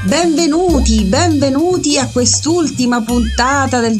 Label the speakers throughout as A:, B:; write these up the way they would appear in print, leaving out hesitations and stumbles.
A: Benvenuti a quest'ultima puntata del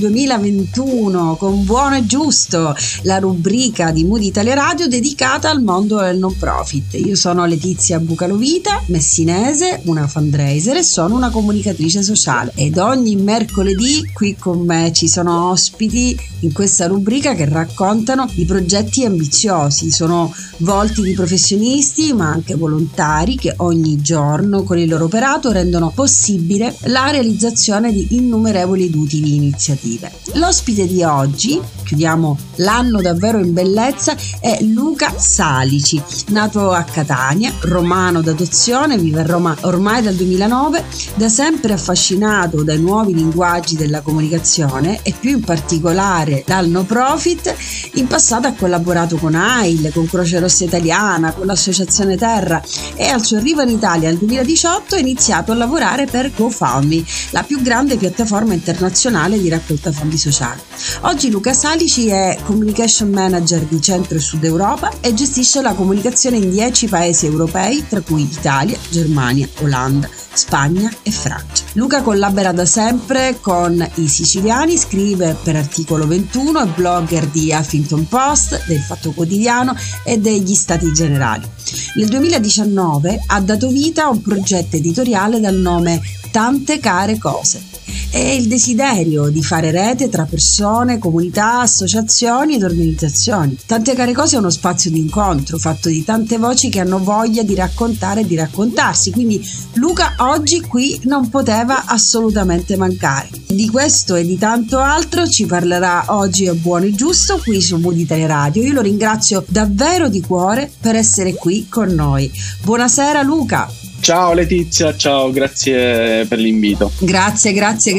A: 2021 con Buono e Giusto, la rubrica di Mood Italia Radio dedicata al mondo del non profit. Io sono Letizia Bucalovita, messinese, una fundraiser e sono una comunicatrice sociale, ed ogni mercoledì qui con me ci sono ospiti in questa rubrica che raccontano di progetti ambiziosi. Sono volti di professionisti ma anche volontari che ogni giorno con il loro operato rendono possibile la realizzazione di innumerevoli ed utili iniziative. L'ospite di oggi, chiudiamo l'anno davvero in bellezza, è Luca Salici, nato a Catania, romano d'adozione, vive a Roma ormai dal 2009, da sempre affascinato dai nuovi linguaggi della comunicazione e più in particolare dal no profit. In passato ha collaborato con AIL, con Croce Rossa Italiana, con l'Associazione Terra, e al suo arrivo in Italia nel 2018 ha iniziato a lavorare per GoFundMe, la più grande piattaforma internazionale di raccolta fondi sociali. Oggi Luca Salici è Communication Manager di Centro e Sud Europa e gestisce la comunicazione in 10 paesi europei, tra cui Italia, Germania, Olanda, Spagna e Francia. Luca collabora da sempre con i siciliani, scrive per Articolo 21, è blogger di Huffington Post, del Fatto Quotidiano e degli Stati Generali. Nel 2019 ha dato vita a un progetto editoriale dal nome Tante Care Cose. È il desiderio di fare rete tra persone, comunità, associazioni ed organizzazioni. Tante Care Cose è uno spazio di incontro fatto di tante voci che hanno voglia di raccontare e di raccontarsi, quindi Luca oggi qui non poteva assolutamente mancare. Di questo e di tanto altro ci parlerà oggi a Buono e Giusto qui su Mood Italia Radio. Io lo ringrazio davvero di cuore per essere qui con noi. Buonasera Luca.
B: Ciao Letizia, ciao, grazie per l'invito.
A: Grazie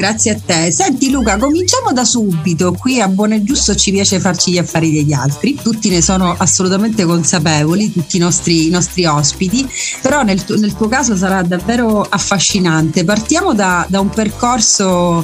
A: a te. Senti Luca, cominciamo da subito. Qui a Buono e Giusto ci piace farci gli affari degli altri, tutti ne sono assolutamente consapevoli, tutti i nostri ospiti, però nel tuo caso sarà davvero affascinante. Partiamo da un percorso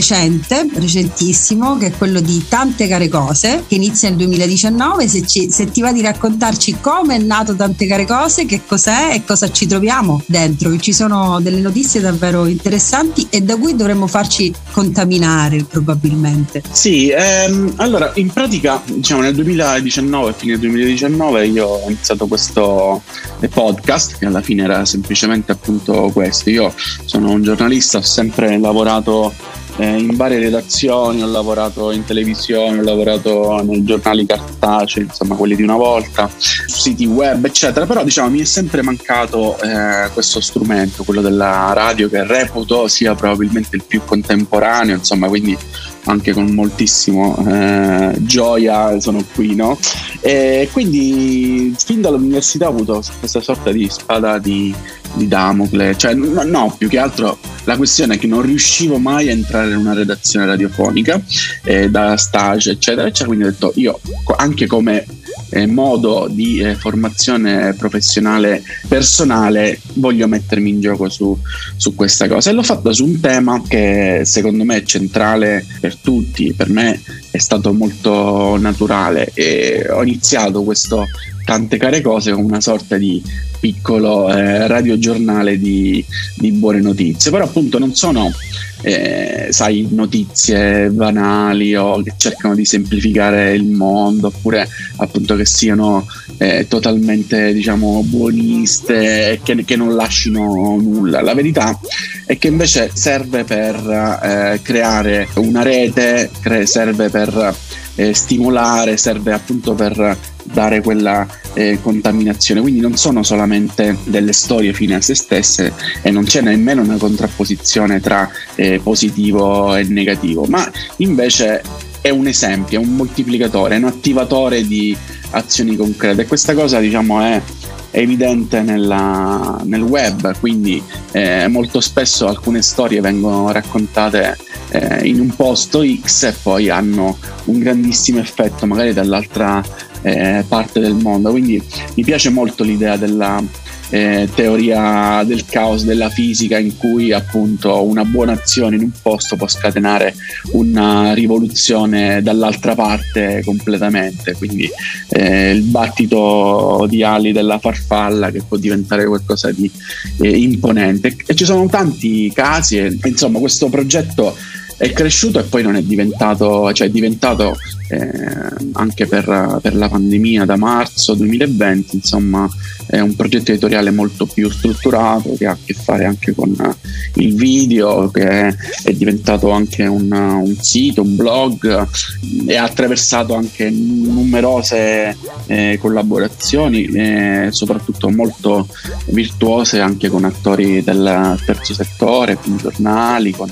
A: recentissimo, che è quello di Tante Care Cose, che inizia nel 2019. Se ti va di raccontarci come è nato Tante Care Cose, che cos'è e cosa ci troviamo dentro. Ci sono delle notizie davvero interessanti e da cui dovremmo farci contaminare probabilmente.
B: Sì, allora in pratica diciamo nel 2019, fine 2019, io ho iniziato questo podcast che alla fine era semplicemente appunto questo. Io sono un giornalista, ho sempre lavorato in varie redazioni, ho lavorato in televisione, ho lavorato nei giornali cartacei, insomma quelli di una volta, su siti web eccetera, però diciamo mi è sempre mancato questo strumento, quello della radio, che reputo sia probabilmente il più contemporaneo, insomma, quindi anche con moltissimo gioia sono qui, no? E quindi fin dall'università ho avuto questa sorta di spada di Damocle, cioè no, più che altro la questione è che non riuscivo mai a entrare in una redazione radiofonica da stage eccetera, quindi ho detto io anche come modo di formazione professionale personale voglio mettermi in gioco su questa cosa, e l'ho fatto su un tema che secondo me è centrale per tutti. Per me è stato molto naturale e ho iniziato questo Tante Care Cose con una sorta di piccolo radiogiornale di buone notizie, però appunto non sono sai, notizie banali o che cercano di semplificare il mondo, oppure appunto che siano totalmente diciamo buoniste e che non lasciano nulla. La verità è che invece serve per creare una rete, serve per stimolare, serve appunto per dare quella contaminazione, quindi non sono solamente delle storie fine a se stesse e non c'è nemmeno una contrapposizione tra positivo e negativo, ma invece è un esempio, è un moltiplicatore, è un attivatore di azioni concrete, e questa cosa diciamo è evidente nel web, quindi molto spesso alcune storie vengono raccontate in un posto X e poi hanno un grandissimo effetto magari dall'altra parte del mondo, quindi mi piace molto l'idea della teoria del caos della fisica, in cui appunto una buona azione in un posto può scatenare una rivoluzione dall'altra parte completamente, quindi il battito di ali della farfalla che può diventare qualcosa di imponente. E ci sono tanti casi e insomma questo progetto è cresciuto e poi non è diventato, cioè è diventato anche per la pandemia da marzo 2020, insomma è un progetto editoriale molto più strutturato, che ha a che fare anche con il video, che è diventato anche un sito, un blog, e ha attraversato anche numerose collaborazioni, soprattutto molto virtuose anche con attori del terzo settore, con giornali, con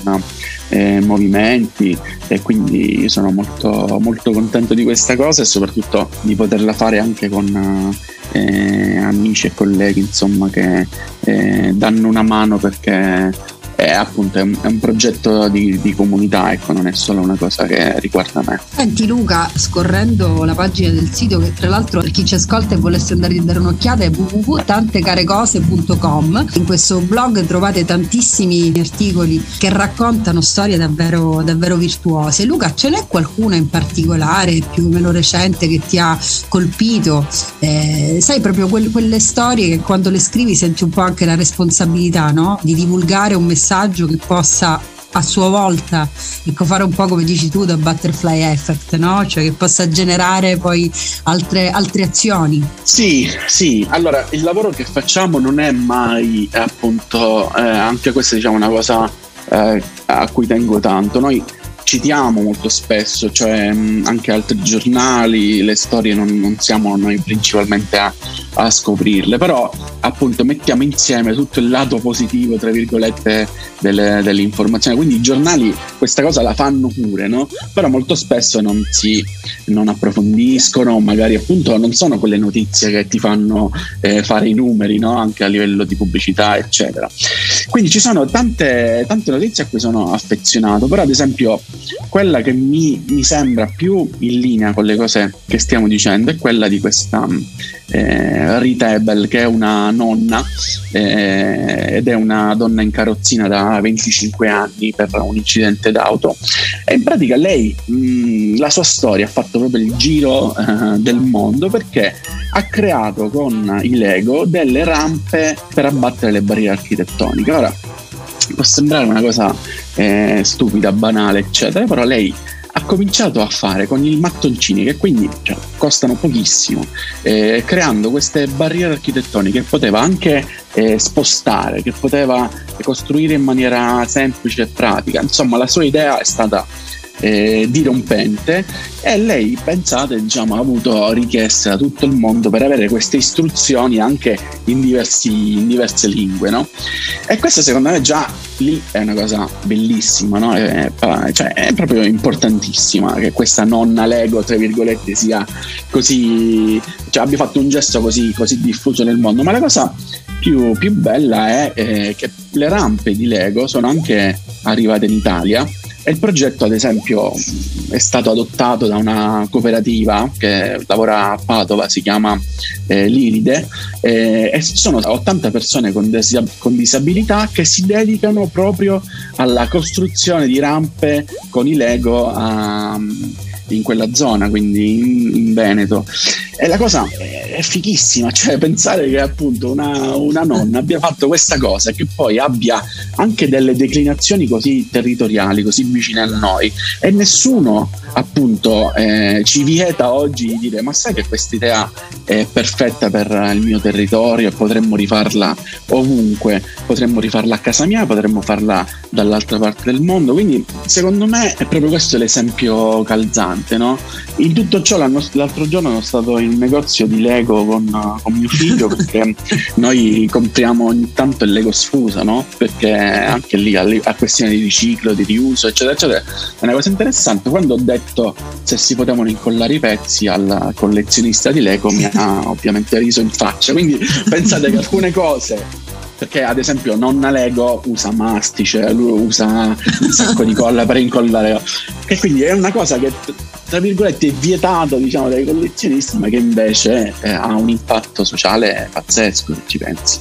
B: movimenti, e quindi sono molto, molto contento di questa cosa e soprattutto di poterla fare anche con amici e colleghi, insomma, che danno una mano, perché appunto è un progetto di comunità, ecco, non è solo una cosa che riguarda me.
A: Senti Luca, scorrendo la pagina del sito, che tra l'altro per chi ci ascolta e volesse andare a dare un'occhiata è www.tantecarecose.com, in questo blog trovate tantissimi articoli che raccontano storie davvero, davvero virtuose. Luca, ce n'è qualcuna in particolare più o meno recente che ti ha colpito? Sai, proprio quelle storie che quando le scrivi senti un po' anche la responsabilità, no? Di divulgare un messaggio che possa a sua volta, ecco, fare un po' come dici tu da butterfly effect, no? Cioè che possa generare poi altre azioni.
B: Sì, allora il lavoro che facciamo non è mai appunto anche questa, diciamo, una cosa a cui tengo tanto. Noi citiamo molto spesso, cioè anche altri giornali, le storie non siamo noi principalmente a scoprirle, però appunto mettiamo insieme tutto il lato positivo, tra virgolette, dell'informazione. Quindi i giornali questa cosa la fanno pure, no? Però molto spesso non approfondiscono, magari appunto non sono quelle notizie che ti fanno fare i numeri, no? Anche a livello di pubblicità, eccetera. Quindi ci sono tante notizie a cui sono affezionato, però ad esempio quella che mi sembra più in linea con le cose che stiamo dicendo è quella di questa Rita Ebel, che è una nonna ed è una donna in carrozzina da 25 anni per un incidente d'auto, e in pratica lei la sua storia ha fatto proprio il giro del mondo, perché ha creato con i Lego delle rampe per abbattere le barriere architettoniche. Ora può sembrare una cosa stupida, banale, eccetera, però lei ha cominciato a fare con i mattoncini, che quindi costano pochissimo, creando queste barriere architettoniche che poteva anche spostare, che poteva costruire in maniera semplice e pratica. Insomma, la sua idea è stata dirompente, e lei, pensate, diciamo, ha avuto richieste da tutto il mondo per avere queste istruzioni anche in diverse lingue, no? E questo secondo me già lì è una cosa bellissima, no? È proprio importantissima che questa nonna Lego, tra virgolette, sia così, cioè abbia fatto un gesto così diffuso nel mondo. Ma la cosa più bella è che le rampe di Lego sono anche arrivate in Italia, e il progetto, ad esempio, è stato adottato da una cooperativa che lavora a Padova, si chiama Liride, e sono 80 persone con disabilità che si dedicano proprio alla costruzione di rampe con i Lego in quella zona, quindi in Veneto. E la cosa è fighissima, cioè pensare che appunto una nonna abbia fatto questa cosa e che poi abbia anche delle declinazioni così territoriali, così vicine a noi, e nessuno appunto ci vieta oggi di dire: ma sai che questa idea è perfetta per il mio territorio e potremmo rifarla ovunque, potremmo rifarla a casa mia, potremmo farla dall'altra parte del mondo. Quindi secondo me è proprio questo l'esempio calzante, no? In tutto ciò l'altro giorno sono stato in un negozio di Lego con mio figlio, perché noi compriamo ogni tanto il Lego sfuso, no? Perché anche lì a questione di riciclo, di riuso, eccetera eccetera, è una cosa interessante. Quando ho detto se si potevano incollare i pezzi al collezionista di Lego, mi ha ovviamente riso in faccia. Quindi pensate che alcune cose perché ad esempio nonna Lego usa mastice, lui usa un sacco di colla per incollare, che quindi è una cosa che tra virgolette è vietato, diciamo, dai collezionisti, ma che invece ha un impatto sociale pazzesco, se ci pensi.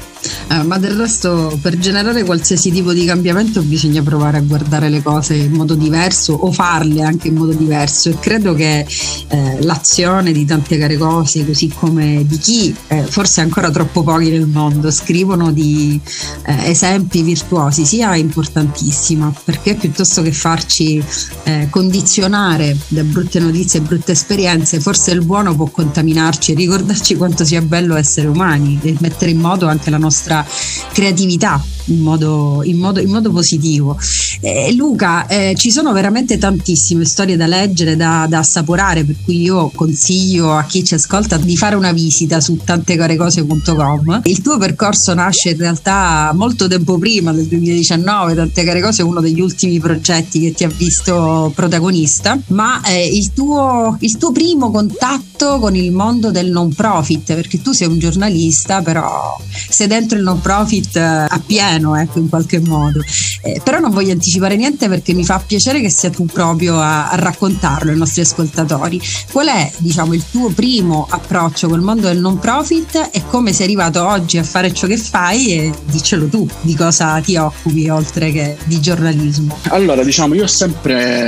A: Ma del resto, per generare qualsiasi tipo di cambiamento bisogna provare a guardare le cose in modo diverso o farle anche in modo diverso, e credo che l'azione di tante care cose, così come di chi forse ancora troppo pochi nel mondo scrivono di esempi virtuosi, sia importantissima, perché piuttosto che farci condizionare da brutte notizie e brutte esperienze, forse il buono può contaminarci e ricordarci quanto sia bello essere umani e mettere in moto anche la nostra creatività in modo positivo. Luca, ci sono veramente tantissime storie da leggere, da assaporare, per cui io consiglio a chi ci ascolta di fare una visita su tantecarecose.com. Il tuo percorso nasce in realtà molto tempo prima del 2019, Tante Care Cose è uno degli ultimi progetti che ti ha visto protagonista, ma il tuo primo contatto con il mondo del non profit, perché tu sei un giornalista, però sei dentro il non profit a pieno, ecco, in qualche modo. Però non voglio anticipare niente, perché mi fa piacere che sia tu proprio a raccontarlo ai nostri ascoltatori. Qual è, diciamo, il tuo primo approccio col mondo del non profit e come sei arrivato oggi a fare ciò che fai, e diccelo tu, di cosa ti occupi oltre che di giornalismo?
B: Allora, diciamo, io ho sempre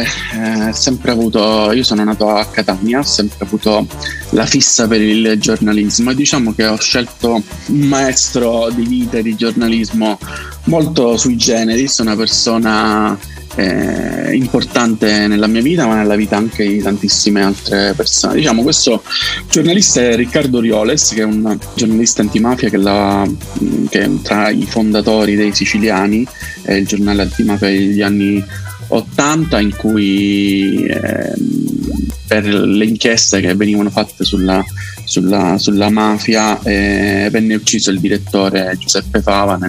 B: avuto, io sono nato a Catania, ho sempre avuto la fissa per il giornalismo, e diciamo che ho scelto un maestro di vita e di giornalismo molto sui generis, una persona importante nella mia vita, ma nella vita anche di tantissime altre persone. Diciamo, questo giornalista è Riccardo Rioles, che è un giornalista antimafia che è tra i fondatori dei Siciliani, è il giornale antimafia degli anni 80, in cui per le inchieste che venivano fatte sulla mafia venne ucciso il direttore Giuseppe Fava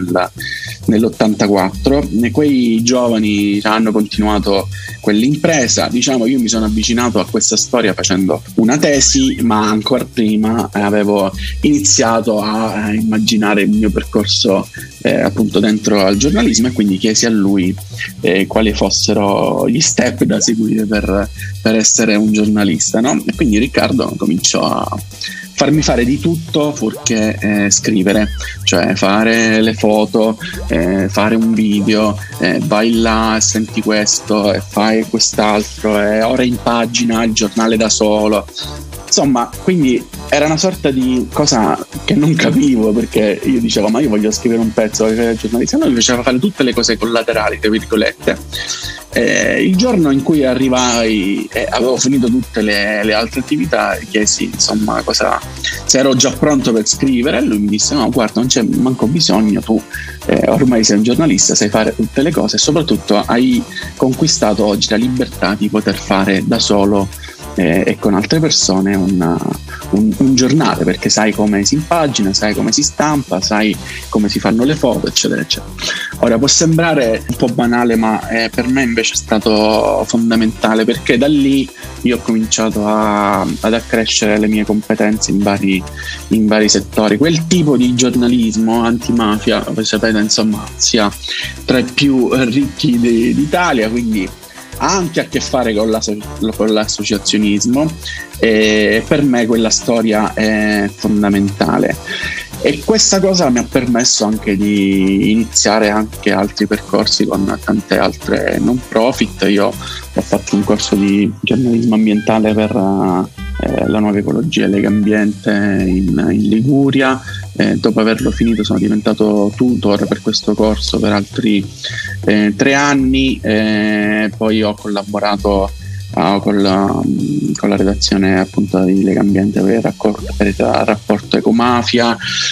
B: nell'84, e quei giovani hanno continuato quell'impresa. Diciamo, io mi sono avvicinato a questa storia facendo una tesi, ma ancora prima avevo iniziato a immaginare il mio percorso appunto dentro al giornalismo, e quindi chiesi a lui quali fossero gli step da seguire per essere un giornalista, no? E quindi Riccardo cominciò a farmi fare di tutto fuorché scrivere, cioè fare le foto, fare un video, vai là, senti questo e fai quest'altro, e ora in pagina il giornale da solo. Insomma, quindi era una sorta di cosa che non capivo, perché io dicevo, ma io voglio scrivere un pezzo, voglio fare il giornalista. Lui mi faceva fare tutte le cose collaterali, tra virgolette. Il giorno in cui arrivai e avevo finito tutte le altre attività, chiesi insomma se ero già pronto per scrivere, e lui mi disse: no, guarda, non c'è manco bisogno, tu ormai sei un giornalista, sai fare tutte le cose, e soprattutto hai conquistato oggi la libertà di poter fare da solo e con altre persone un giornale, perché sai come si impagina, sai come si stampa, sai come si fanno le foto, eccetera eccetera. Ora, può sembrare un po' banale, ma per me invece è stato fondamentale, perché da lì io ho cominciato ad accrescere le mie competenze in vari settori. Quel tipo di giornalismo antimafia, voi sapete, insomma, sia tra i più ricchi d'Italia, quindi ha anche a che fare con l'associazionismo, e per me quella storia è fondamentale, e questa cosa mi ha permesso anche di iniziare anche altri percorsi con tante altre non profit. Io ho fatto un corso di giornalismo ambientale per la nuova ecologia e Legambiente in Liguria. Dopo averlo finito sono diventato tutor per questo corso per altri 3 anni, poi ho collaborato con la redazione appunto di Legambiente per il rapporto ecomafia,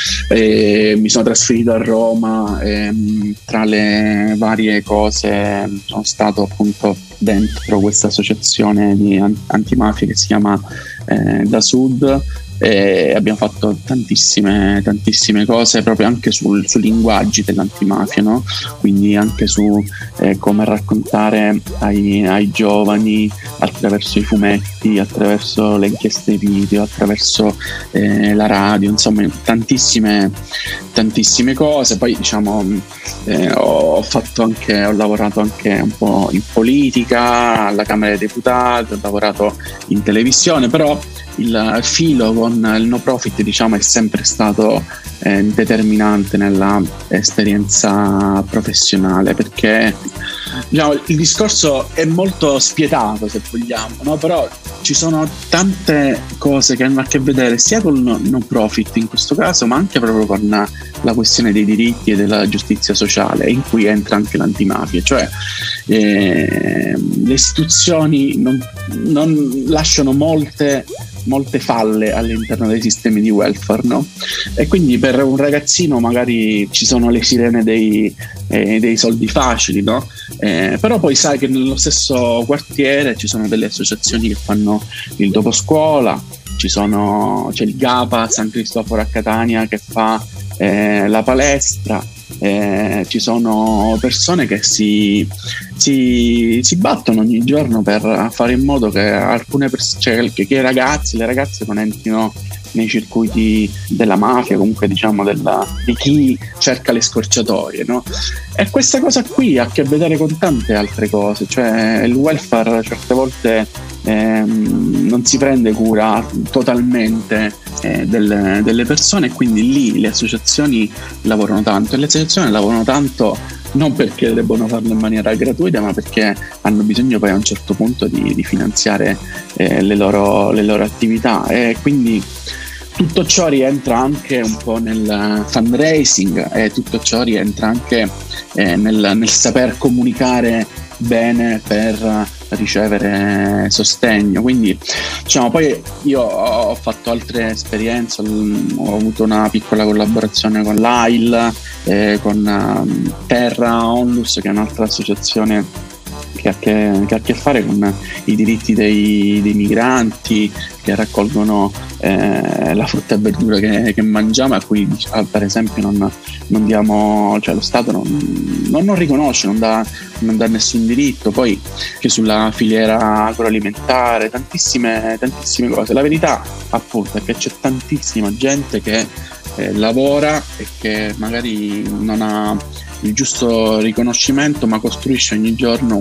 B: mi sono trasferito a Roma, tra le varie cose sono stato appunto dentro questa associazione di antimafia che si chiama Da Sud, abbiamo fatto tantissime cose proprio anche sui linguaggi dell'antimafia, no? Quindi anche su come raccontare ai giovani attraverso i fumetti, attraverso le inchieste video, attraverso la radio, insomma tantissime cose. Poi diciamo ho lavorato anche un po' in politica, alla Camera dei Deputati, ho lavorato in televisione, però il filo con il no profit diciamo è sempre stato determinante nella esperienza professionale, perché diciamo, il discorso è molto spietato se vogliamo, no? Però ci sono tante cose che hanno a che vedere sia con il no profit in questo caso, ma anche proprio con la questione dei diritti e della giustizia sociale, in cui entra anche l'antimafia, cioè le istituzioni non lasciano molte falle all'interno dei sistemi di welfare, no? E quindi per un ragazzino magari ci sono le sirene dei soldi facili, no? Però poi sai che nello stesso quartiere ci sono delle associazioni che fanno il doposcuola, c'è il GAPA San Cristoforo a Catania che fa la palestra, ci sono persone che si battono ogni giorno per fare in modo che cioè che le ragazze non entrino nei circuiti della mafia, comunque diciamo di chi cerca le scorciatoie, no? E questa cosa qui ha a che vedere con tante altre cose, cioè il welfare certe volte non si prende cura totalmente delle persone, e quindi lì le associazioni lavorano tanto, e le associazioni lavorano tanto non perché debbano farlo in maniera gratuita, ma perché hanno bisogno poi a un certo punto di finanziare le loro attività, e quindi tutto ciò rientra anche un po' nel fundraising, e tutto ciò rientra anche nel saper comunicare bene per ricevere sostegno. Quindi diciamo, poi io ho fatto altre esperienze, ho avuto una piccola collaborazione con l'AIL, con Terra Onlus, che è un'altra associazione che ha a che fare con i diritti dei migranti, che raccolgono la frutta e verdura che mangiamo, a cui per esempio non diamo, cioè lo Stato non riconosce, non dà nessun diritto. Poi che sulla filiera agroalimentare, tantissime cose. La verità appunto è che c'è tantissima gente che lavora e che magari non ha il giusto riconoscimento, ma costruisce ogni giorno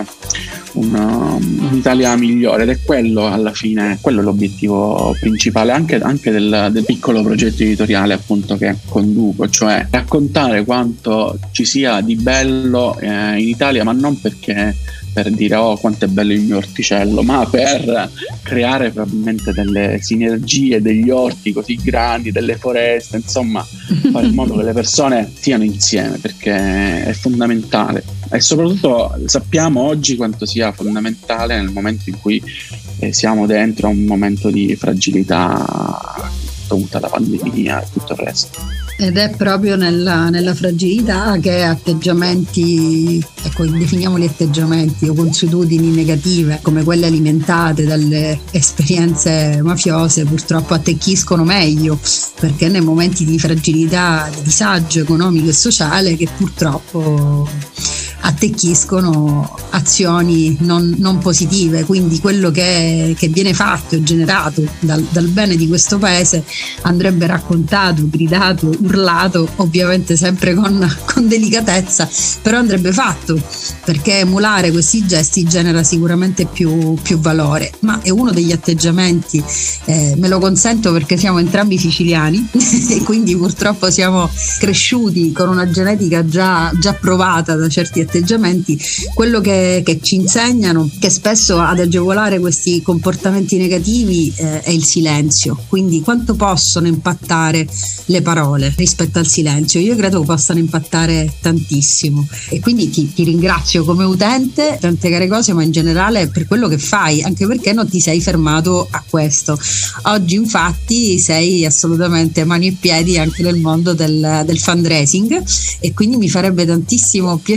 B: un'Italia migliore, ed è quello alla fine, quello è l'obiettivo principale anche del piccolo progetto editoriale appunto che conduco, cioè raccontare quanto ci sia di bello in Italia, ma non per dire oh quanto è bello il mio orticello, ma per creare probabilmente delle sinergie, degli orti così grandi, delle foreste, insomma fare in modo che le persone stiano insieme, perché è fondamentale. E soprattutto sappiamo oggi quanto sia fondamentale nel momento in cui siamo dentro a un momento di fragilità dovuta alla pandemia e tutto il resto.
A: Ed è proprio nella fragilità che atteggiamenti, ecco, definiamoli atteggiamenti o consuetudini negative come quelle alimentate dalle esperienze mafiose purtroppo attecchiscono meglio, perché nei momenti di fragilità, di disagio economico e sociale, che purtroppo attecchiscono azioni non positive. Quindi quello che viene fatto e generato dal bene di questo paese andrebbe raccontato, gridato, urlato, ovviamente sempre con delicatezza, però andrebbe fatto, perché emulare questi gesti genera sicuramente più valore. Ma è uno degli atteggiamenti, me lo consento perché siamo entrambi siciliani e quindi purtroppo siamo cresciuti con una genetica già provata da certi atteggiamenti. Quello che ci insegnano, che spesso ad agevolare questi comportamenti negativi è il silenzio. Quindi quanto possono impattare le parole rispetto al silenzio? Io credo che possano impattare tantissimo, e quindi ti ringrazio come utente, tante care cose, ma in generale per quello che fai, anche perché non ti sei fermato a questo. Oggi infatti sei assolutamente mani e piedi anche nel mondo del fundraising, e quindi mi farebbe tantissimo piacere che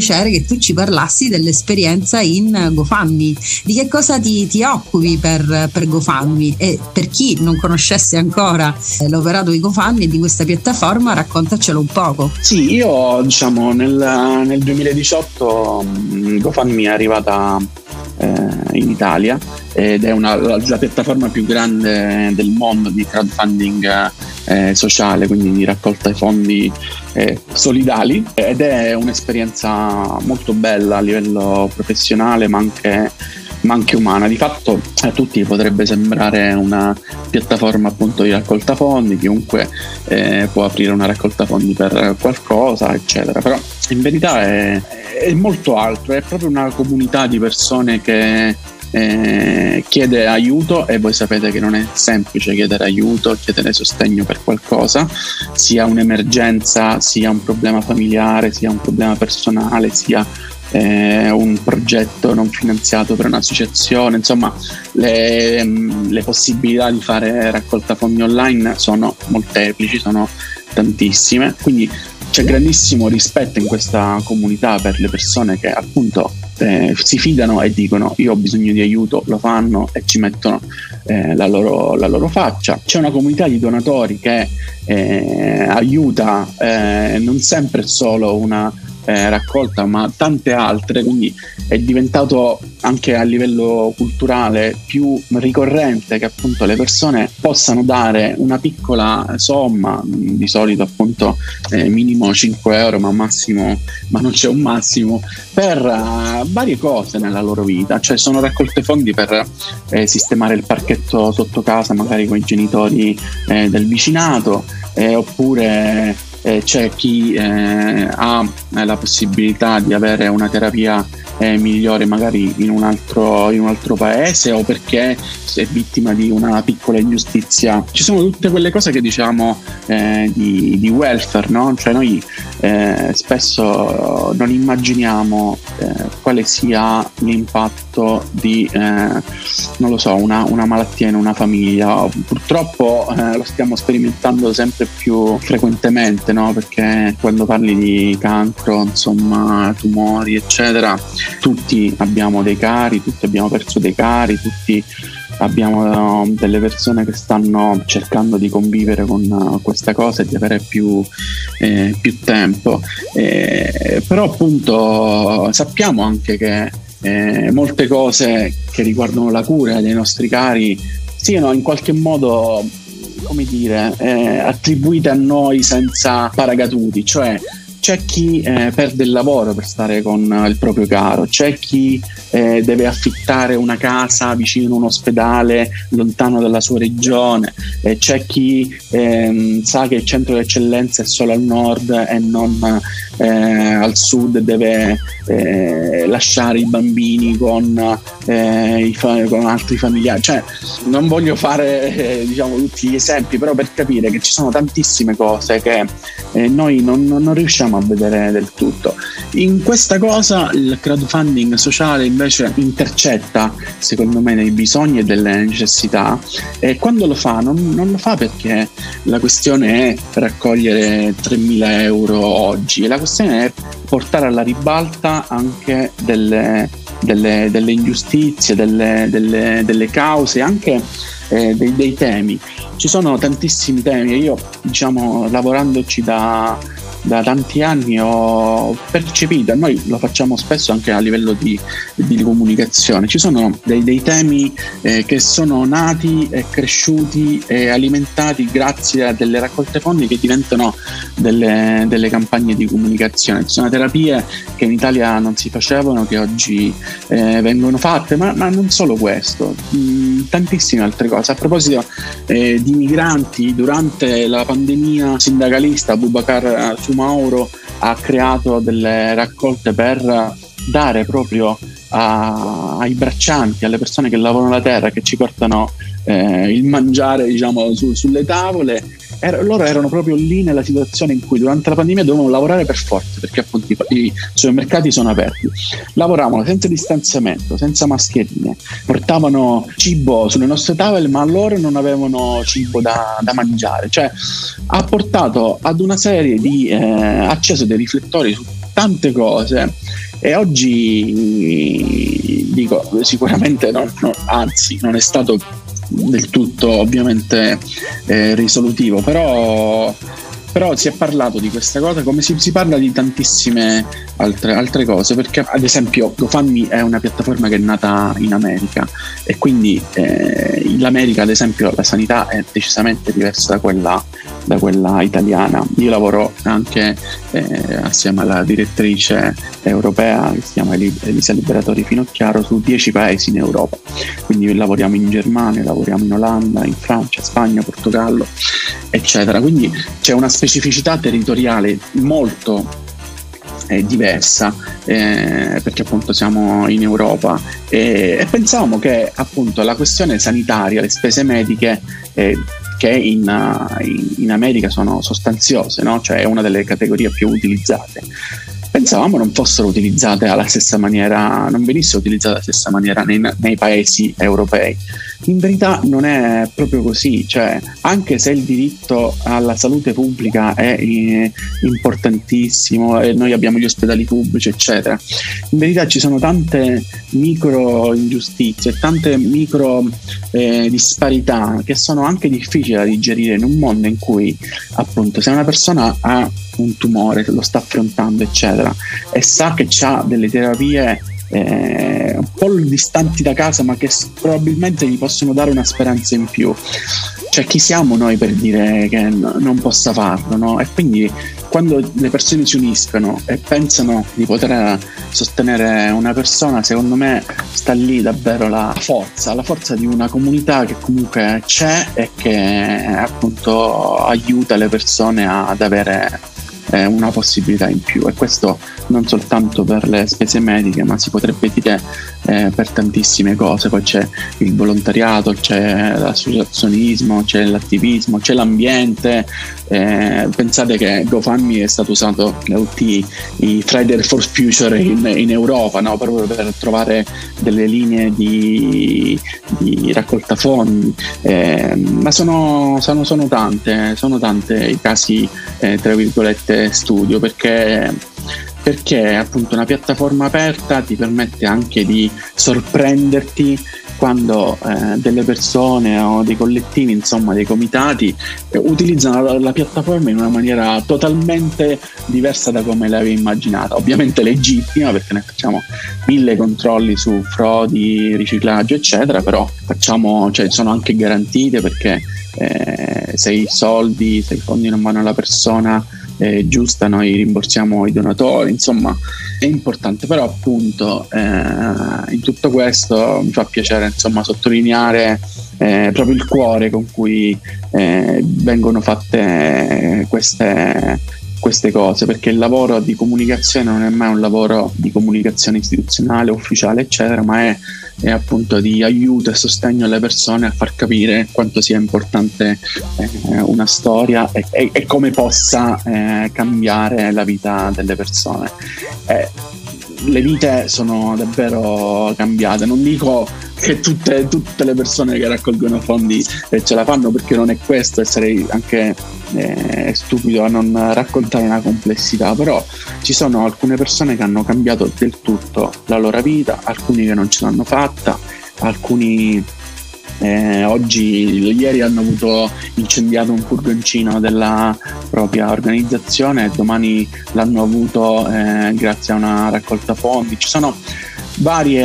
A: tu ci parlassi dell'esperienza in GoFundMe. Di che cosa ti occupi per GoFundMe? E per chi non conoscesse ancora l'operato di GoFundMe e di questa piattaforma, raccontacelo un poco.
B: Sì, io diciamo nel 2018 GoFundMe è arrivata in Italia ed è la piattaforma più grande del mondo di crowdfunding sociale, quindi di raccolta di fondi solidali, ed è un'esperienza molto bella a livello professionale ma anche umana. Di fatto a tutti potrebbe sembrare una piattaforma appunto di raccolta fondi, chiunque può aprire una raccolta fondi per qualcosa eccetera, però in verità è molto altro, è proprio una comunità di persone che chiede aiuto, e voi sapete che non è semplice chiedere aiuto, chiedere sostegno per qualcosa, sia un'emergenza, sia un problema familiare, sia un problema personale, sia un progetto non finanziato per un'associazione. Insomma, le possibilità di fare raccolta fondi online sono molteplici, sono tantissime, quindi c'è grandissimo rispetto in questa comunità per le persone che appunto si fidano e dicono io ho bisogno di aiuto, lo fanno e ci mettono la loro faccia. C'è una comunità di donatori che aiuta non sempre solo una raccolta ma tante altre, quindi è diventato anche a livello culturale più ricorrente che appunto le persone possano dare una piccola somma, di solito appunto minimo 5 euro ma massimo, ma non c'è un massimo, per varie cose nella loro vita. Cioè sono raccolte fondi per sistemare il parchetto sotto casa magari con i genitori del vicinato, oppure c'è chi ha la possibilità di avere una terapia migliore magari in un altro paese, o perché è vittima di una piccola ingiustizia. Ci sono tutte quelle cose che diciamo di welfare, no? Cioè noi spesso non immaginiamo quale sia l'impatto di non lo so, una malattia in una famiglia. Purtroppo lo stiamo sperimentando sempre più frequentemente, no? Perché quando parli di cancro, insomma, tumori eccetera, tutti abbiamo dei cari, tutti abbiamo perso dei cari, tutti abbiamo delle persone che stanno cercando di convivere con questa cosa e di avere più tempo, però appunto sappiamo anche che molte cose che riguardano la cura dei nostri cari siano in qualche modo, come dire, attribuite a noi senza paracadute. Cioè c'è chi perde il lavoro per stare con il proprio caro, c'è chi deve affittare una casa vicino a un ospedale lontano dalla sua regione, c'è chi sa che il centro d'eccellenza è solo al nord e non al sud, deve lasciare i bambini con altri familiari. Cioè non voglio fare diciamo tutti gli esempi, però per capire che ci sono tantissime cose che noi non riusciamo a vedere del tutto. In questa cosa il crowdfunding sociale invece intercetta secondo me dei bisogni e delle necessità, e quando lo fa non lo fa perché la questione è raccogliere 3.000 euro oggi, e la questione è portare alla ribalta anche delle ingiustizie, delle cause, anche dei temi. Ci sono tantissimi temi e io, diciamo, lavorandoci da tanti anni ho percepito, e noi lo facciamo spesso anche a livello di comunicazione, ci sono dei temi che sono nati e cresciuti e alimentati grazie a delle raccolte fondi che diventano delle campagne di comunicazione. Ci sono terapie che in Italia non si facevano che oggi vengono fatte, ma non solo questo, tantissime altre cose. A proposito di migranti, durante la pandemia sindacalista Boubacar Mauro ha creato delle raccolte per dare proprio ai braccianti, alle persone che lavorano la terra, che ci portano il mangiare, diciamo, sulle tavole. Loro erano proprio lì nella situazione in cui durante la pandemia dovevano lavorare per forza, perché appunto i supermercati sono aperti, lavoravano senza distanziamento, senza mascherine, portavano cibo sulle nostre tavole, ma loro non avevano cibo da mangiare. Cioè ha portato ad una serie di acceso dei riflettori su tante cose, e oggi dico sicuramente anzi non è stato del tutto ovviamente risolutivo, però si è parlato di questa cosa come si parla di tantissime altre cose, perché ad esempio GoFundMe è una piattaforma che è nata in America, e quindi in America ad esempio la sanità è decisamente diversa da quella italiana. Io lavoro anche assieme alla direttrice europea che si chiama Elisa Liberatori Finocchiaro su 10 paesi in Europa, quindi lavoriamo in Germania, lavoriamo in Olanda, in Francia, Spagna, Portogallo, eccetera. Quindi c'è una specificità territoriale molto diversa, perché appunto siamo in Europa, e pensavamo che appunto la questione sanitaria, le spese mediche che in America sono sostanziose, no? Cioè è una delle categorie più utilizzate, pensavamo non fossero utilizzate alla stessa maniera, non venissero utilizzate alla stessa maniera nei paesi europei. In verità non è proprio così, cioè anche se il diritto alla salute pubblica è importantissimo e noi abbiamo gli ospedali pubblici eccetera, in verità ci sono tante micro ingiustizie, tante micro disparità che sono anche difficili da digerire in un mondo in cui appunto se una persona ha un tumore, lo sta affrontando eccetera, e sa che ha delle terapie un po' distanti da casa ma che probabilmente gli possono dare una speranza in più, cioè chi siamo noi per dire che non possa farlo, no? E quindi quando le persone si uniscono e pensano di poter sostenere una persona, secondo me sta lì davvero la forza di una comunità che comunque c'è e che appunto aiuta le persone ad avere una possibilità in più, e questo non soltanto per le spese mediche, ma si potrebbe dire per tantissime cose. Poi c'è il volontariato, c'è l'associazionismo, c'è l'attivismo, c'è l'ambiente. Pensate che GoFundMe è stato usato da tutti i Friday for Future in Europa, no? Proprio per trovare delle linee di raccolta fondi, ma sono tante i casi tra virgolette studio, perché appunto una piattaforma aperta ti permette anche di sorprenderti quando delle persone o dei collettivi, insomma dei comitati, utilizzano la piattaforma in una maniera totalmente diversa da come l'avevi immaginata, ovviamente legittima, perché noi facciamo 1000 controlli su frodi, riciclaggio eccetera, però sono anche garantite, perché se i fondi non vanno alla persona giusta, noi rimborsiamo i donatori, insomma è importante. Però appunto in tutto questo mi fa piacere insomma sottolineare proprio il cuore con cui vengono fatte queste cose, perché il lavoro di comunicazione non è mai un lavoro di comunicazione istituzionale, ufficiale eccetera, ma è appunto di aiuto e sostegno alle persone a far capire quanto sia importante una storia e come possa cambiare la vita delle persone. Le vite sono davvero cambiate, non dico che tutte le persone che raccolgono fondi ce la fanno, perché non è questo, e sarei anche stupido a non raccontare una complessità, però ci sono alcune persone che hanno cambiato del tutto la loro vita, alcuni che non ce l'hanno fatta, alcuni ieri hanno avuto incendiato un furgoncino della propria organizzazione e domani l'hanno avuto grazie a una raccolta fondi. Ci sono vari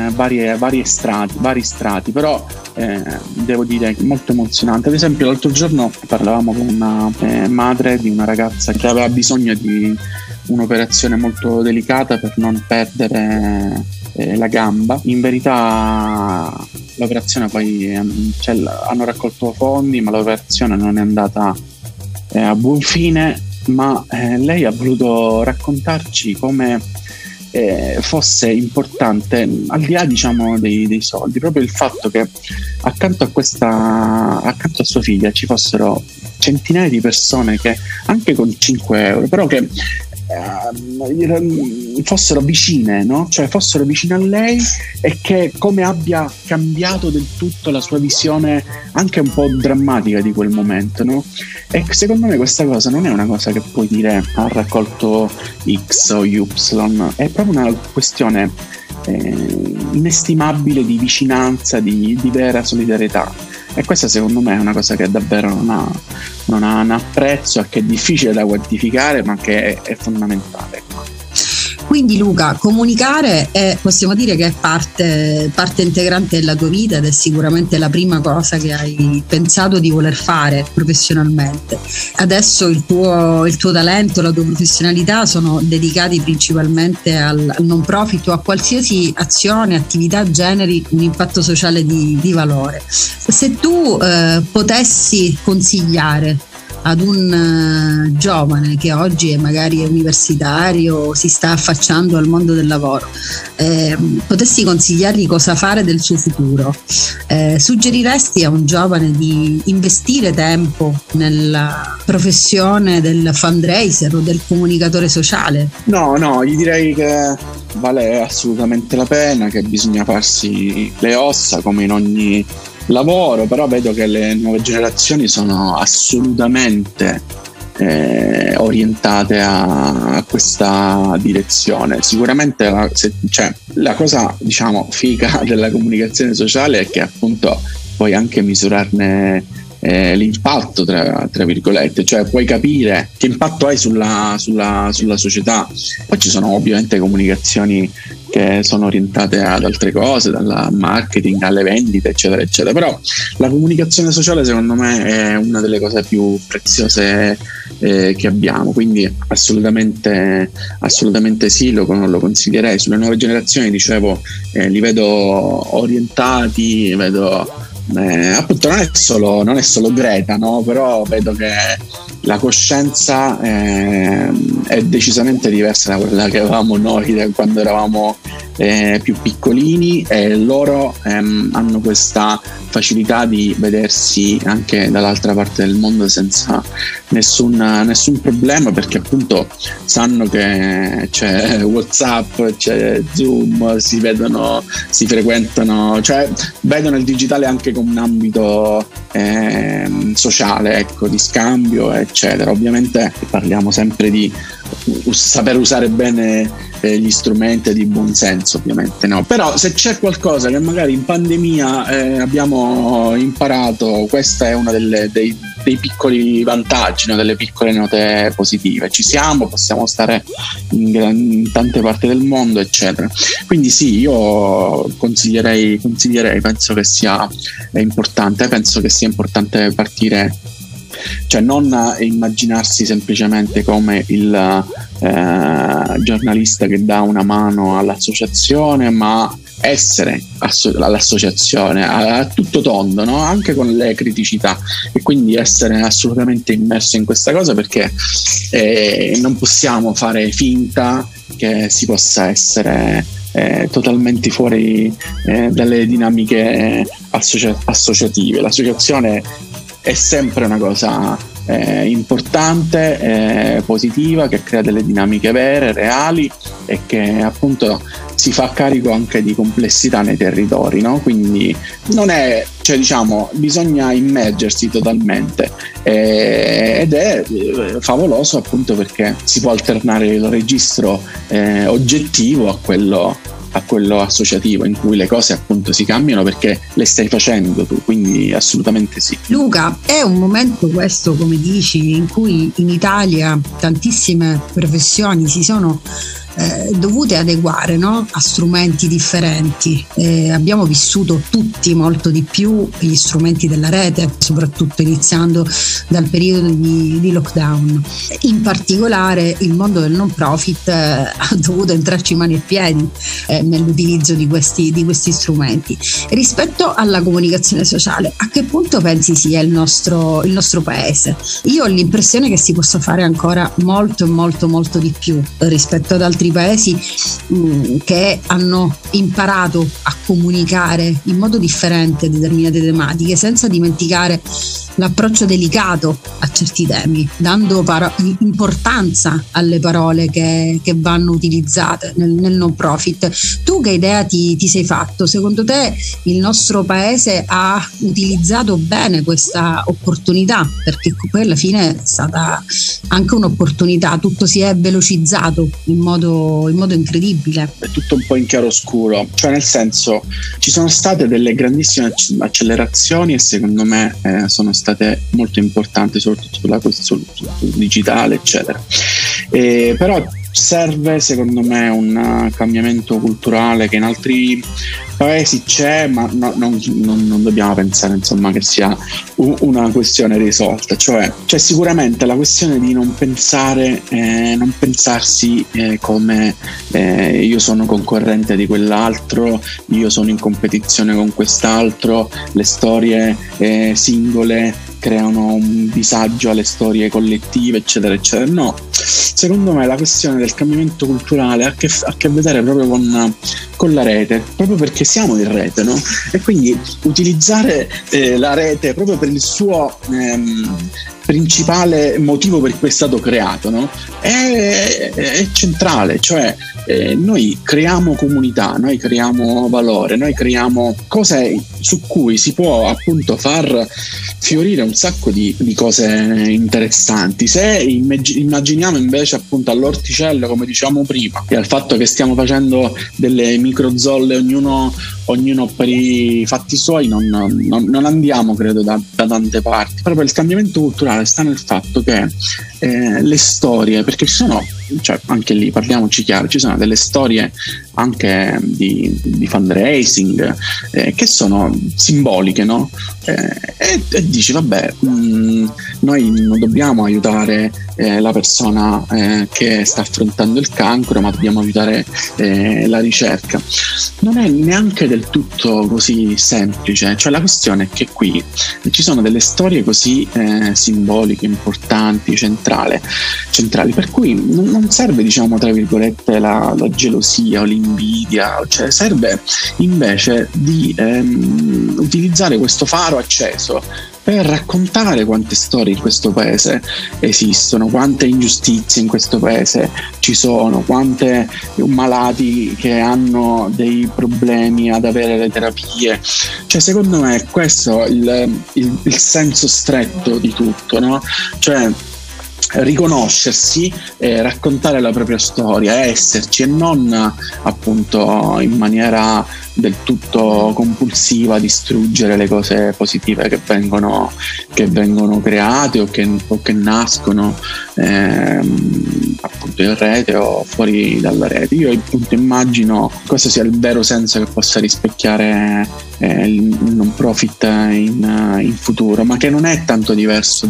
B: strati, però devo dire molto emozionante. Ad esempio l'altro giorno parlavamo con una madre di una ragazza che aveva bisogno di un'operazione molto delicata per non perdere la gamba. In verità l'operazione poi hanno raccolto fondi, ma l'operazione non è andata a buon fine, ma lei ha voluto raccontarci come fosse importante, al di là diciamo dei soldi, proprio il fatto che accanto a sua figlia ci fossero centinaia di persone che anche con 5 euro, però che fossero vicine, no? Cioè fossero vicine a lei, e che come abbia cambiato del tutto la sua visione anche un po' drammatica di quel momento, no? E secondo me questa cosa non è una cosa che puoi dire ha raccolto X o Y, è proprio una questione inestimabile di vicinanza, di vera solidarietà. E questa secondo me è una cosa che davvero non ha prezzo, e che è difficile da quantificare, ma che è fondamentale.
A: Quindi Luca, comunicare possiamo dire che è parte integrante della tua vita, ed è sicuramente la prima cosa che hai pensato di voler fare professionalmente. Adesso il tuo talento, la tua professionalità sono dedicati principalmente al non profit o a qualsiasi azione, attività generi un impatto sociale di valore. Se tu potessi consigliare ad un giovane che oggi magari è universitario, si sta affacciando al mondo del lavoro, potessi consigliargli cosa fare del suo futuro, suggeriresti a un giovane di investire tempo nella professione del fundraiser o del comunicatore sociale?
B: No, gli direi che vale assolutamente la pena, che bisogna farsi le ossa come in ogni lavoro, però vedo che le nuove generazioni sono assolutamente orientate a questa direzione. Sicuramente la cosa, diciamo, figa della comunicazione sociale è che appunto puoi anche misurarne l'impatto, tra virgolette, cioè puoi capire che impatto hai sulla società. Poi ci sono ovviamente comunicazioni che sono orientate ad altre cose, dal marketing alle vendite, eccetera eccetera, però la comunicazione sociale secondo me è una delle cose più preziose che abbiamo, quindi assolutamente sì, lo consiglierei. Sulle nuove generazioni, dicevo, li vedo orientati, appunto non è solo Greta, no? Però vedo che la coscienza è decisamente diversa da quella che avevamo noi quando eravamo più piccolini, e loro hanno questa facilità di vedersi anche dall'altra parte del mondo senza nessun problema, perché appunto sanno che c'è WhatsApp, c'è Zoom, si vedono, si frequentano, cioè vedono il digitale anche come un ambito sociale, ecco, di scambio, eccetera. Ovviamente parliamo sempre di saper usare bene gli strumenti, di buon senso, ovviamente, no? Però se c'è qualcosa che magari in pandemia abbiamo imparato, questa è una dei piccoli vantaggi, no? Delle piccole note positive. Possiamo stare in tante parti del mondo, eccetera. Quindi sì, io consiglierei, penso che sia importante, partire, cioè non immaginarsi semplicemente come il giornalista che dà una mano all'associazione, ma essere all'associazione a tutto tondo, no? Anche con le criticità, e quindi essere assolutamente immerso in questa cosa, perché non possiamo fare finta che si possa essere totalmente fuori dalle dinamiche associative. L'associazione è sempre una cosa importante, positiva, che crea delle dinamiche vere, reali, e che appunto si fa carico anche di complessità nei territori, no? Quindi non è, cioè diciamo, bisogna immergersi totalmente, ed è favoloso appunto perché si può alternare il registro oggettivo a quello associativo, in cui le cose appunto si cambiano perché le stai facendo tu, quindi assolutamente sì.
A: Luca, è un momento questo, come dici, in cui in Italia tantissime professioni si sono dovute adeguare, no? A strumenti differenti. Abbiamo vissuto tutti molto di più gli strumenti della rete, soprattutto iniziando dal periodo di lockdown. In particolare il mondo del non profit ha dovuto entrarci mani e piedi nell'utilizzo di questi strumenti. Rispetto alla comunicazione sociale, a che punto pensi sia il nostro paese? Io ho l'impressione che si possa fare ancora molto molto molto di più rispetto ad altri altri paesi che hanno imparato a comunicare in modo differente determinate tematiche, senza dimenticare l'approccio delicato a certi temi, dando importanza alle parole che vanno utilizzate nel non profit. Tu che idea ti sei fatto? Secondo te il nostro paese ha utilizzato bene questa opportunità? Perché poi alla fine è stata anche un'opportunità, tutto si è velocizzato in modo incredibile.
B: È tutto un po' in chiaroscuro, cioè nel senso ci sono state delle grandissime accelerazioni e secondo me sono state molto importanti, soprattutto sulla questione digitale eccetera, però serve secondo me un cambiamento culturale che in altri paesi c'è, ma non dobbiamo pensare insomma che sia una questione risolta, cioè c'è sicuramente la questione di non pensarsi come io sono concorrente di quell'altro, io sono in competizione con quest'altro, le storie singole creano un disagio alle storie collettive eccetera eccetera. No, secondo me la questione del cambiamento culturale ha a che vedere proprio con la rete, proprio perché siamo in rete, no? E quindi utilizzare la rete proprio per il suo principale motivo per cui è stato creato, no? È centrale, cioè noi creiamo comunità, noi creiamo valore, noi creiamo cose su cui si può appunto far fiorire un sacco di cose interessanti. Se immaginiamo invece appunto all'orticello, come diciamo prima, e al fatto che stiamo facendo delle microzolle ognuno per i fatti suoi, non andiamo credo da tante parti. Proprio il cambiamento culturale sta nel fatto che le storie, perché ci sono, cioè anche lì parliamoci chiaro, ci sono delle storie anche di fundraising che sono simboliche, no? E dici vabbè, noi non dobbiamo aiutare la persona che sta affrontando il cancro, ma dobbiamo aiutare la ricerca. Non è neanche del tutto così semplice, cioè la questione è che qui ci sono delle storie così simboliche, importanti, centrali, per cui non serve, diciamo tra virgolette, la gelosia o l'invidia, cioè serve invece di utilizzare questo faro acceso per raccontare quante storie in questo paese esistono, quante ingiustizie in questo paese ci sono, quante malati che hanno dei problemi ad avere le terapie. Cioè secondo me questo è il senso stretto di tutto, no? Cioè riconoscersi, raccontare la propria storia, esserci, e non appunto in maniera del tutto compulsiva distruggere le cose positive che vengono create o che nascono appunto in rete o fuori dalla rete. Io appunto immagino questo sia il vero senso che possa rispecchiare il non profit in futuro, ma che non è tanto diverso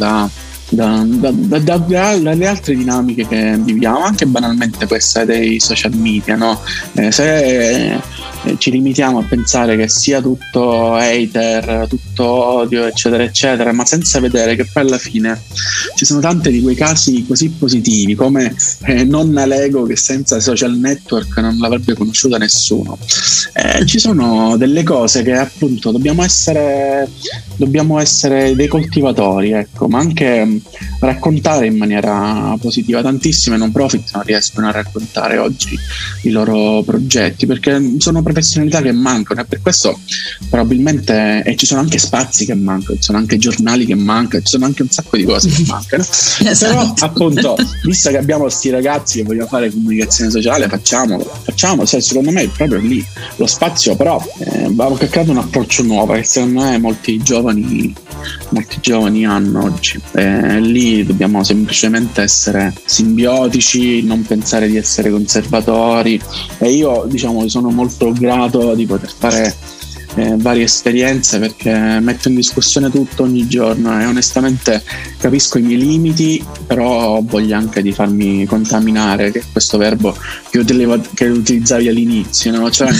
B: dalle altre dinamiche che viviamo, anche banalmente questa dei social media, no? Se ci limitiamo a pensare che sia tutto hater, tutto odio eccetera eccetera, ma senza vedere che poi alla fine ci sono tanti di quei casi così positivi, come nonna Lego che senza social network non l'avrebbe conosciuta nessuno. Ci sono delle cose che appunto dobbiamo essere dei coltivatori, ecco, ma anche raccontare in maniera positiva. Tantissime non profit non riescono a raccontare oggi i loro progetti perché sono professionalità che mancano, e per questo probabilmente ci sono anche spazi che mancano, ci sono anche giornali che mancano, ci sono anche un sacco di cose che mancano. Esatto. Però appunto, visto che abbiamo sti ragazzi che vogliono fare comunicazione sociale, facciamolo, cioè, secondo me è proprio lì lo spazio. Però abbiamo creato un approccio nuovo che secondo me molti giovani hanno oggi. Lì dobbiamo semplicemente essere simbiotici, non pensare di essere conservatori, e io diciamo sono molto grato di poter fare varie esperienze, perché metto in discussione tutto ogni giorno e onestamente capisco i miei limiti, però ho voglia anche di farmi contaminare, che è questo verbo che utilizzavi all'inizio, no? Cioè,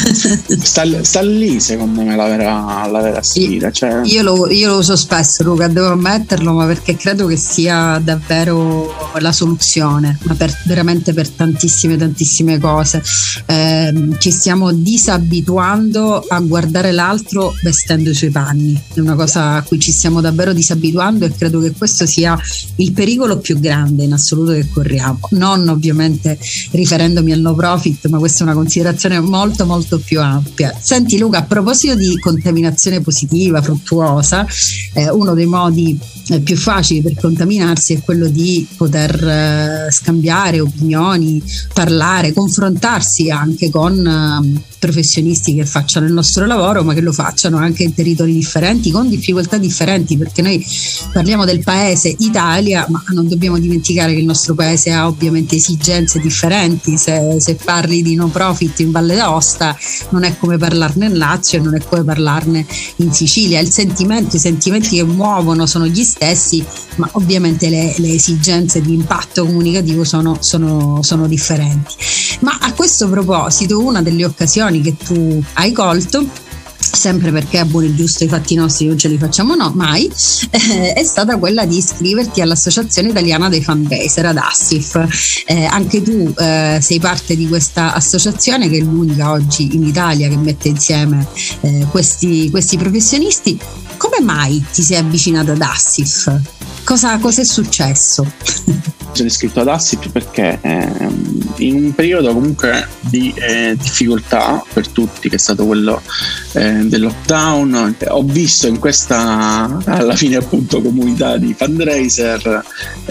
B: sta lì secondo me la vera sfida. Cioè...
A: Io lo uso spesso, Luca, devo ammetterlo, ma perché credo che sia davvero la soluzione, ma veramente per tantissime cose. Ci stiamo disabituando a guardare l'altro vestendo i suoi panni, è una cosa a cui ci stiamo davvero disabituando, e credo che questo sia il pericolo più grande in assoluto che corriamo, non ovviamente riferendomi al no profit, ma questa è una considerazione molto più ampia. Senti Luca, a proposito di contaminazione positiva, fruttuosa, uno dei modi più facili per contaminarsi è quello di poter scambiare opinioni, parlare, confrontarsi anche con professionisti che facciano il nostro lavoro, ma che lo facciano anche in territori differenti, con difficoltà differenti, perché noi parliamo del paese Italia, ma non dobbiamo dimenticare che il nostro paese ha ovviamente esigenze differenti. Se parli di no profit in Valle d'Aosta non è come parlarne in Lazio e non è come parlarne in Sicilia. I sentimenti che muovono sono gli stessi, ma ovviamente le esigenze di impatto comunicativo sono differenti. Ma a questo proposito, una delle occasioni che tu hai colto, sempre perché a buono e giusto i fatti nostri non ce li facciamo mai, è stata quella di iscriverti all'Associazione Italiana dei Fundraiser, ad ASIF. Anche tu sei parte di questa associazione, che è l'unica oggi in Italia che mette insieme questi professionisti. Come mai ti sei avvicinata ad ASIF? Cosa è successo?
B: Sono iscritto ad ASIF perché in un periodo comunque di difficoltà per tutti, che è stato quello del lockdown, ho visto in questa, alla fine appunto, comunità di fundraiser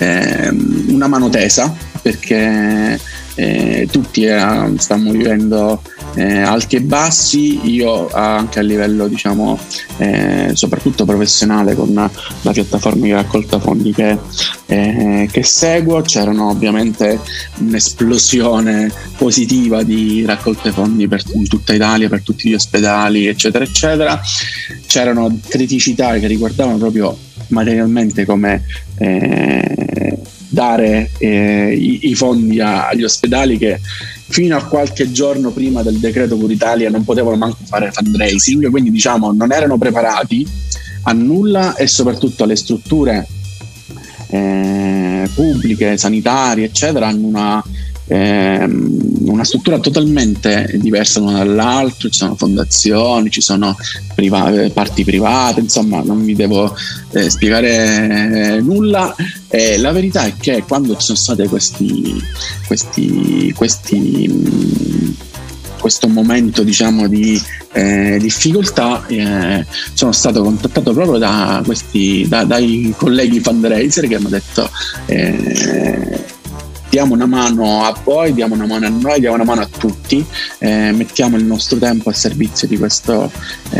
B: una mano tesa, perché tutti stiamo vivendo alti e bassi, io anche a livello diciamo soprattutto professionale, con la piattaforma di raccolta fondi che seguo. C'erano ovviamente un'esplosione positiva di raccolte fondi in tutta Italia, per tutti gli ospedali eccetera. C'erano criticità che riguardavano proprio materialmente come dare i fondi agli ospedali, che fino a qualche giorno prima del decreto Cura Italia non potevano manco fare fundraising, quindi diciamo non erano preparati a nulla, e soprattutto le strutture pubbliche, sanitarie eccetera hanno una struttura totalmente diversa l'una dall'altra. Ci sono fondazioni, ci sono parti private, insomma non vi devo spiegare nulla. La verità è che quando ci sono state questo momento diciamo di difficoltà, sono stato contattato proprio dai colleghi fundraiser che hanno detto diamo una mano a voi, diamo una mano a noi, diamo una mano a tutti, mettiamo il nostro tempo a servizio di questa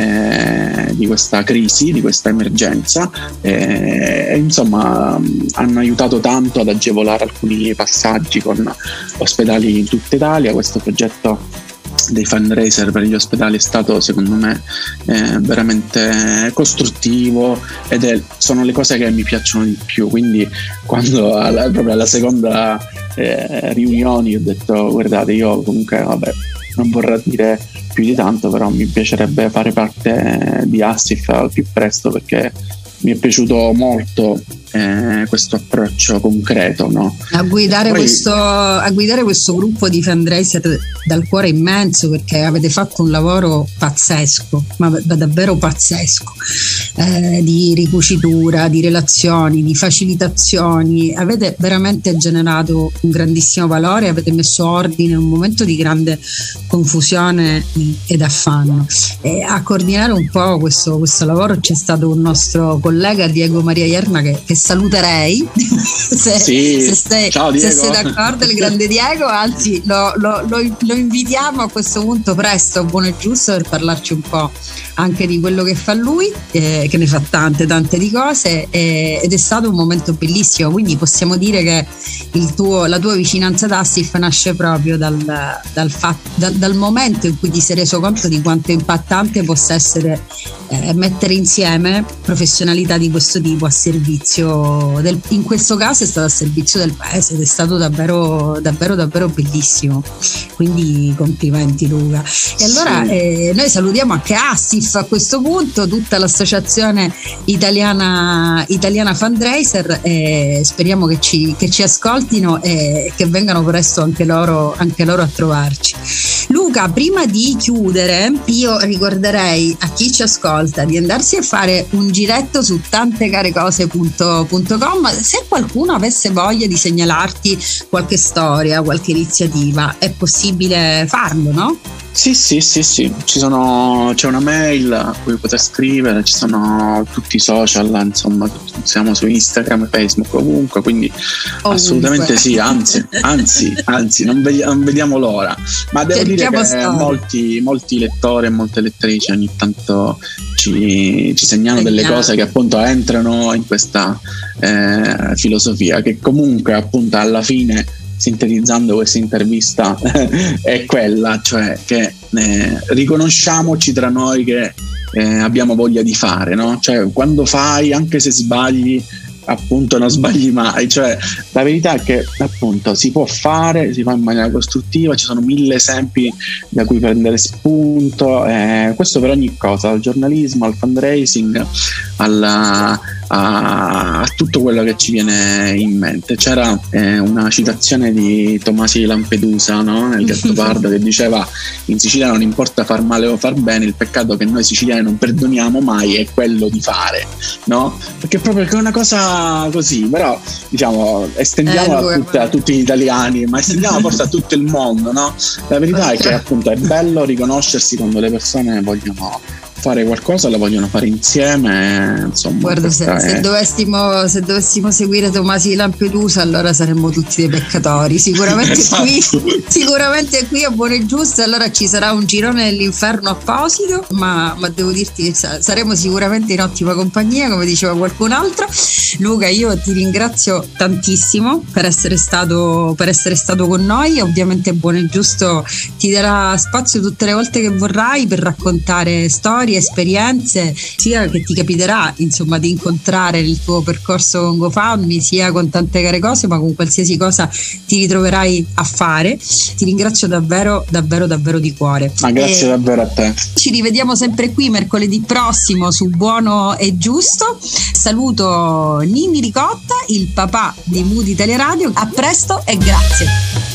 B: crisi, di questa emergenza, insomma hanno aiutato tanto ad agevolare alcuni passaggi con ospedali in tutta Italia. Questo progetto dei fundraiser per gli ospedali è stato secondo me veramente costruttivo, sono le cose che mi piacciono di più. Quindi quando proprio alla seconda riunione ho detto guardate, io comunque non vorrei dire più di tanto, però mi piacerebbe fare parte di ASIF al più presto, perché mi è piaciuto molto questo approccio concreto, no? A guidare
A: questo gruppo di fundraiser dal cuore immenso, perché avete fatto un lavoro pazzesco, ma davvero pazzesco, di ricucitura, di relazioni, di facilitazioni. Avete veramente generato un grandissimo valore, avete messo ordine in un momento di grande confusione ed affanno. A coordinare un po' questo lavoro c'è stato un nostro collega Diego Maria Ierna che saluterei
B: Ciao, Diego.
A: Se sei d'accordo, il grande Diego, anzi lo invitiamo a questo punto presto, buono e giusto, per parlarci un po' anche di quello che fa lui, che ne fa tante di cose, ed è stato un momento bellissimo, quindi possiamo dire che la tua vicinanza ad Assif nasce proprio dal momento in cui ti sei reso conto di quanto impattante possa essere mettere insieme professionalità di questo tipo a servizio in questo caso è stato a servizio del paese, ed è stato davvero bellissimo, quindi complimenti Luca. E allora noi salutiamo anche Assif a questo punto, tutta l'associazione italiana Fundraiser, e speriamo che ci ascoltino e che vengano presto anche loro a trovarci. Luca, prima di chiudere, io ricorderei a chi ci ascolta di andarsi a fare un giretto su tantecarecose.com. Se qualcuno avesse voglia di segnalarti qualche storia, qualche iniziativa, è possibile farlo, no?
B: Sì, c'è una mail a cui poter scrivere, ci sono tutti i social, insomma, siamo su Instagram, Facebook, ovunque, quindi assolutamente sì, anzi non vediamo l'ora, ma devo dire che molti lettori e molte lettrici ogni tanto ci segnalano delle cose che appunto entrano in questa filosofia, che comunque appunto alla fine, sintetizzando questa intervista, è quella, cioè che riconosciamoci tra noi che abbiamo voglia di fare, no? Cioè quando fai, anche se sbagli, appunto non sbagli mai, cioè la verità è che appunto si può fare, si fa in maniera costruttiva, ci sono 1000 esempi da cui prendere spunto, questo per ogni cosa, dal giornalismo al fundraising a tutto quello che ci viene in mente. C'era una citazione di Tomasi di Lampedusa, no? Nel Gattopardo, che diceva: in Sicilia non importa far male o far bene, il peccato che noi siciliani non perdoniamo mai è quello di fare, no? Perché proprio che è una cosa così, però diciamo estendiamola a tutti gli italiani, ma estendiamola forse a tutto il mondo, no? La verità è che appunto è bello riconoscersi quando le persone vogliono fare qualcosa, la vogliono fare insieme, insomma.
A: Guarda, se dovessimo seguire Tomasi di Lampedusa, allora saremmo tutti dei peccatori, sicuramente. Esatto. Sicuramente qui a Buono e Giusto allora ci sarà un girone dell'inferno apposito, ma devo dirti che saremo sicuramente in ottima compagnia, come diceva qualcun altro. Luca, io ti ringrazio tantissimo per essere stato con noi. Ovviamente Buono e Giusto ti darà spazio tutte le volte che vorrai per raccontare storie, esperienze, sia che ti capiterà insomma di incontrare nel tuo percorso con GoFundMe, sia con Tante Care Cose, ma con qualsiasi cosa ti ritroverai a fare. Ti ringrazio davvero di cuore.
B: Grazie davvero a te.
A: Ci rivediamo sempre qui mercoledì prossimo su Buono e Giusto. Saluto Nini Ricotta, il papà di Mood Italia Radio. A presto e grazie.